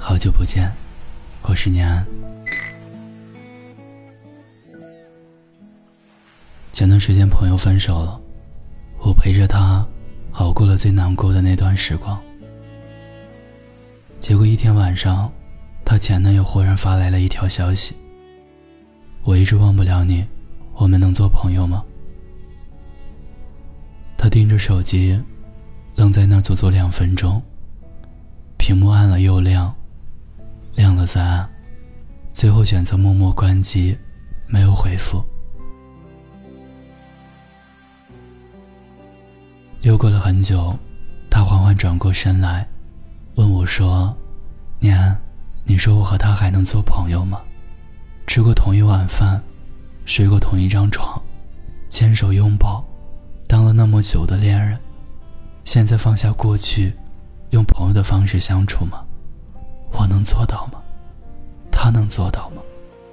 好久不见，我是念安。前段时间朋友分手了，我陪着他熬过了最难过的那段时光。结果一天晚上，他前男友忽然发来了一条消息：我一直忘不了你，我们能做朋友吗？他盯着手机，愣在那足足2分钟，屏幕暗了又亮，亮了再暗，最后选择默默关机，没有回复。又过了很久，他缓缓转过身来，问我说：念安，你说我和他还能做朋友吗？吃过同一碗饭，睡过同一张床，牵手拥抱，当了那么久的恋人，现在放下过去，用朋友的方式相处吗？我能做到吗？他能做到吗？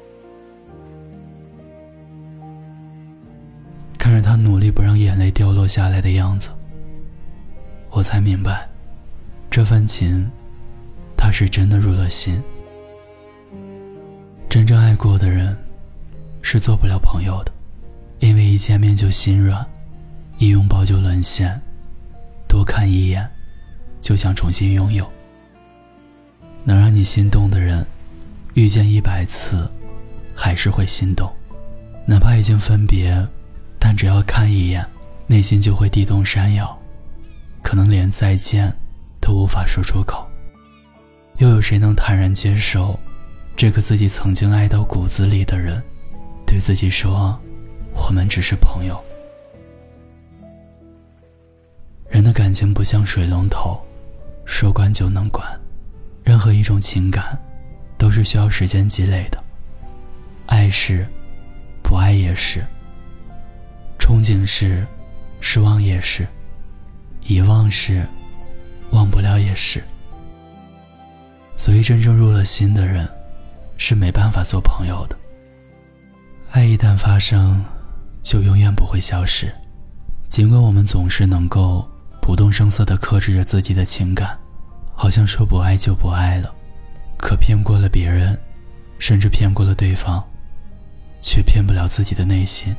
看着他努力不让眼泪掉落下来的样子，我才明白，这份情他是真的入了心。真正爱过的人是做不了朋友的，因为一见面就心软，一拥抱就沦陷，多看一眼就想重新拥有。能让你心动的人，遇见100次还是会心动，哪怕已经分别，但只要看一眼，内心就会地动山摇，可能连再见都无法说出口。又有谁能坦然接受这个自己曾经爱到骨子里的人对自己说，我们只是朋友？人的感情不像水龙头，说关就能关，任何一种情感都是需要时间积累的，爱是，不爱也是，憧憬是，失望也是，遗忘是，忘不了也是。所以真正入了心的人是没办法做朋友的。爱一旦发生，就永远不会消失。尽管我们总是能够不动声色地克制着自己的情感，好像说不爱就不爱了，可骗过了别人，甚至骗过了对方，却骗不了自己的内心。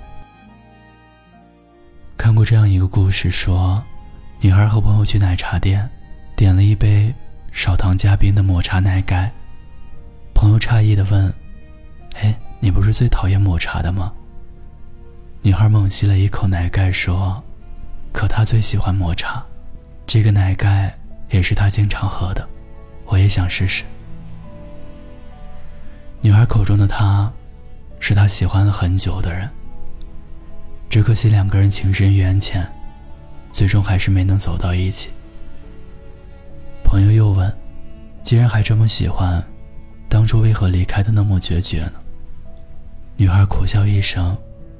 看过这样一个故事，说女孩和朋友去奶茶店，点了一杯少糖加冰的抹茶奶盖。朋友诧异地问：你不是最讨厌抹茶的吗？女孩猛吸了一口奶盖说：可她最喜欢抹茶，这个奶盖也是她经常喝的，我也想试试。女孩口中的他，是她喜欢了很久的人，只可惜2个人情深缘浅，最终还是没能走到一起。朋友又问：既然还这么喜欢，当初为何离开的那么决绝呢？女孩苦笑一声：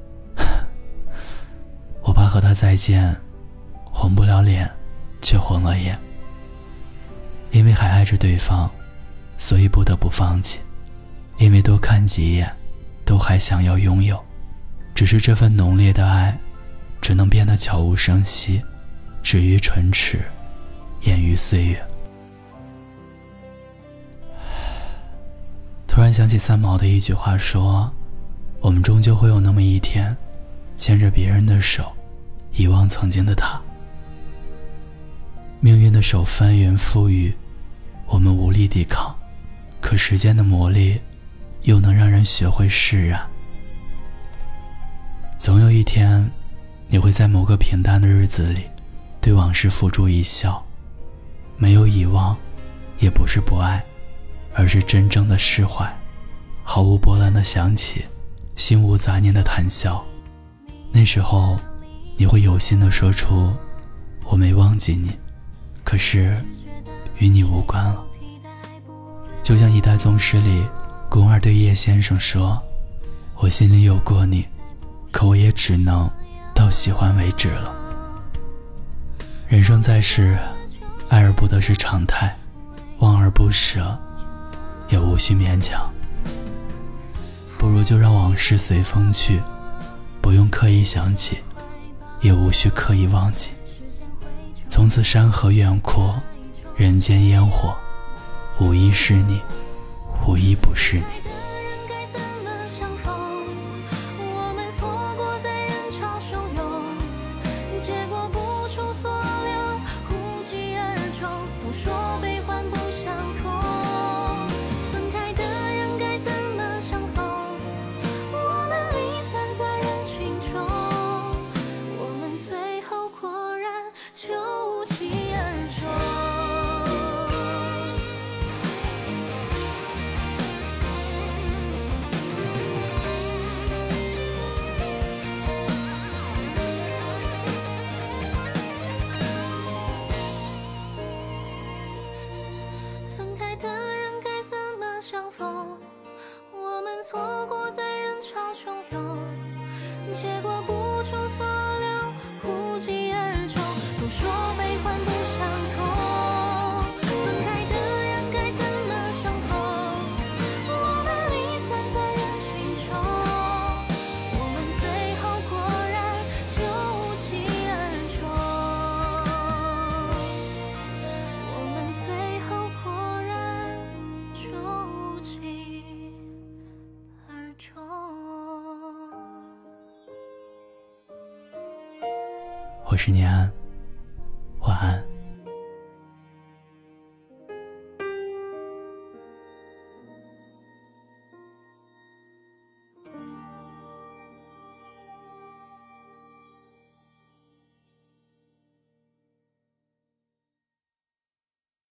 我怕和他再见，红不了脸，却红了眼。因为还爱着对方，所以不得不放弃。因为多看几眼，都还想要拥有，只是这份浓烈的爱，只能变得悄无声息，止于唇齿，掩于岁月。突然想起三毛的一句话说：我们终究会有那么一天，牵着别人的手，遗忘曾经的他。命运的手翻云覆雨，我们无力抵抗，可时间的磨砺又能让人学会释然。总有一天，你会在某个平淡的日子里，对往事付诸一笑，没有遗忘，也不是不爱，而是真正的释怀，毫无波澜的想起，心无杂念的谈笑。那时候你会有心地说出，我没忘记你，可是与你无关了。就像一代宗师里宫二对叶先生说，我心里有过你，可我也只能到喜欢为止了。人生在世，爱而不得是常态，忘而不舍也无需勉强。不如就让往事随风去，不用刻意想起，也无需刻意忘记。从此山河远阔，人间烟火， 无一是你，无一不是你。 错过在人潮汹涌，结果不出所料，无疾而终。都说悲欢不相同，分开的人该怎么相逢？我们离散在人群中，我们最后果然就无疾而终。我们最后果然就无疾而终。 我是念安。